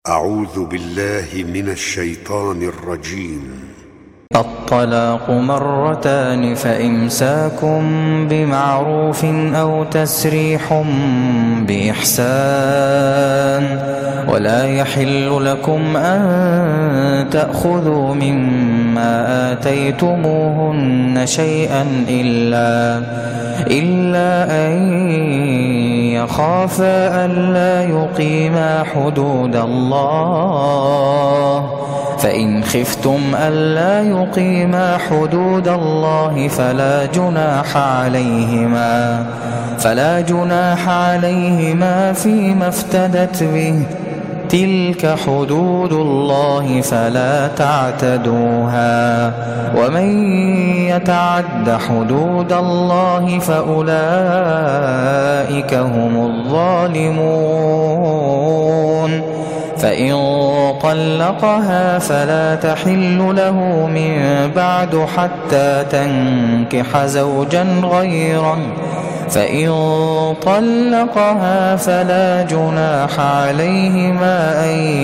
أعوذ بالله من الشيطان الرجيم. الطلاق مرتان فإمساك بمعروف أو تسريح بإحسان ولا يحل لكم أن تأخذوا مما آتيتموهن شيئا إلا أن يخافا ألا يقيما حدود الله، فإن خفتم ألا يقيما حدود الله فلا جناح عليهما فيما افتدت به، تلك حدود الله فلا تعتدوها، ومن يتعد حدود الله فأولئك هم الظالمون. فإن طلقها فلا تحل له من بعد حتى تنكح زوجا غيره، فإن طلقها فلا جناح عليهما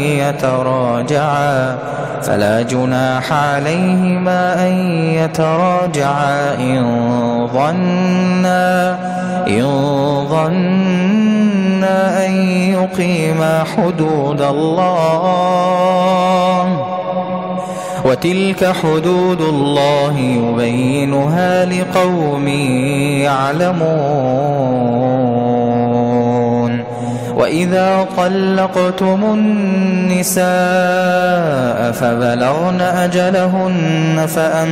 أن يتراجعا إن ظنا أن يقيما حدود الله، وتلك حدود الله يبينها لقوم يعلمون. وإذا طلقتم النساء فبلغن أجلهن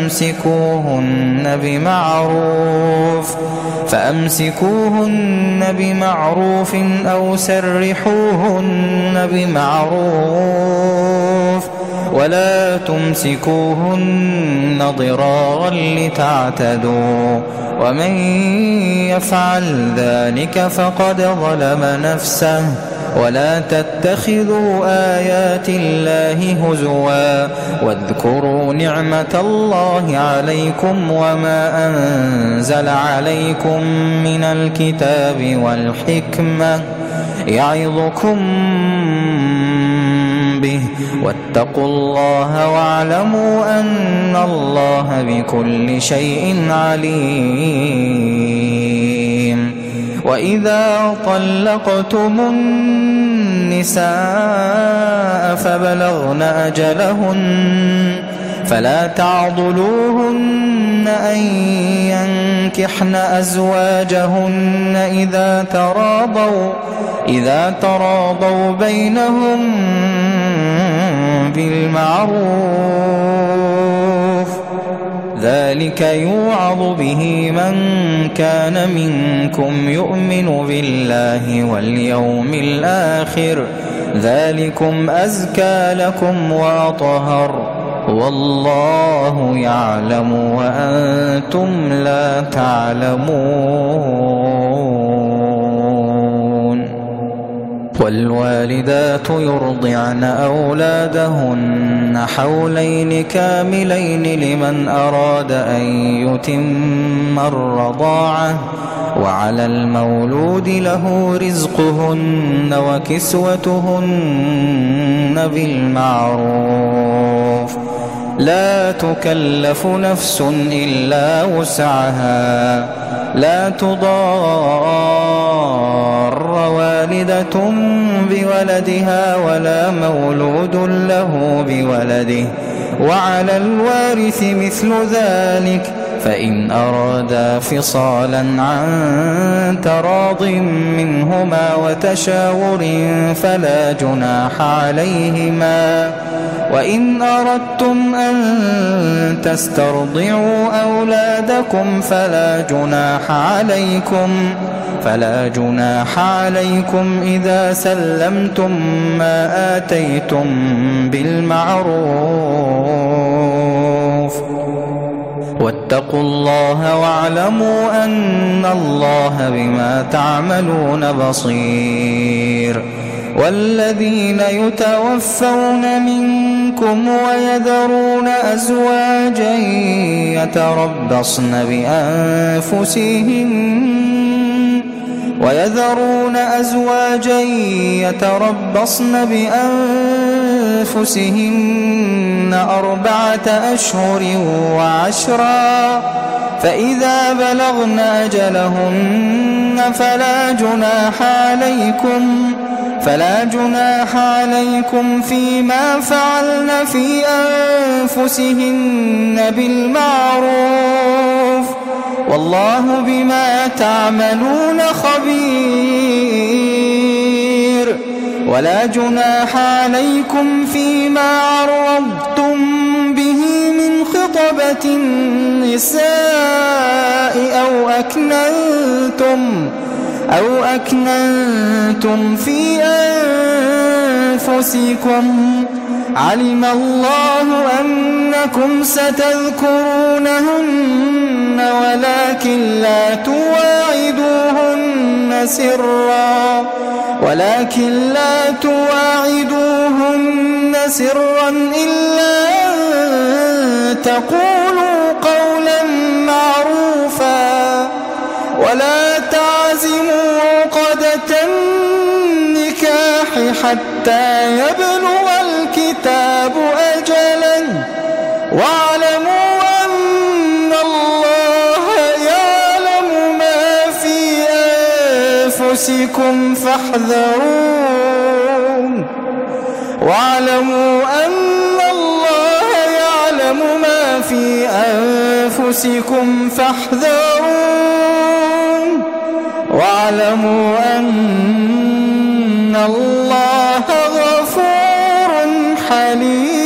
فأمسكوهن بمعروف أو سرحوهن بمعروف، ولا تمسكوهن ضرارا لتعتدوا، ومن يفعل ذلك فقد ظلم نفسه. ولا تتخذوا آيات الله هزوا، واذكروا نعمة الله عليكم وما أنزل عليكم من الكتاب والحكمة يعظكم به، واتقوا الله واعلموا أن الله بكل شيء عليم. وإذا طلقتم النساء فبلغن أجلهن فلا تعضلوهن أن ينكحن أزواجهن إذا تراضوا بينهم بالمعروف، ذلك يوعظ به من كان منكم يؤمن بالله واليوم الآخر، ذلكم أزكى لكم وأطهر، والله يعلم وأنتم لا تعلمون. والوالدات يرضعن أولادهن حولين كاملين لمن أراد أن يتم الرضاعة، وعلى المولود له رزقهن وكسوتهن بالمعروف، لا تكلف نفس إلا وسعها، لا تضار والدة بولدها ولا مولود له بولده، وعلى الوارث مثل ذلك، فإن أرادا فصالا عن تراض منهما وتشاور فلا جناح عليهما. وإن أردتم أن تسترضعوا أولادكم فلا جناح عليكم إذا سلمتم ما آتيتم بالمعروف، واتقوا الله واعلموا أن الله بما تعملون بصير. والذين يتوفون منكم ويذرون أزواجا يتربصن بأنفسهن أنفسهن 4 أشهر وعشرا، فإذا بلغن أجلهن فلا جناح عليكم فيما فعلن في أنفسهن بالمعروف، والله بما تعملون خبير. ولا جناح عليكم فيما عرضتم به من خطبة النساء أو أكننتم في أنفسكم، علم الله أنكم ستذكرونهن ولكن لا تواعدوهن سرا إلا أن تقولوا قولا معروفا، ولا تعزموا عقدة النكاح حتى يبلغ الكتاب أجله، واعلموا أن الله يعلم ما في أنفسكم فاحذرون، واعلموا أن الله غفور حليم.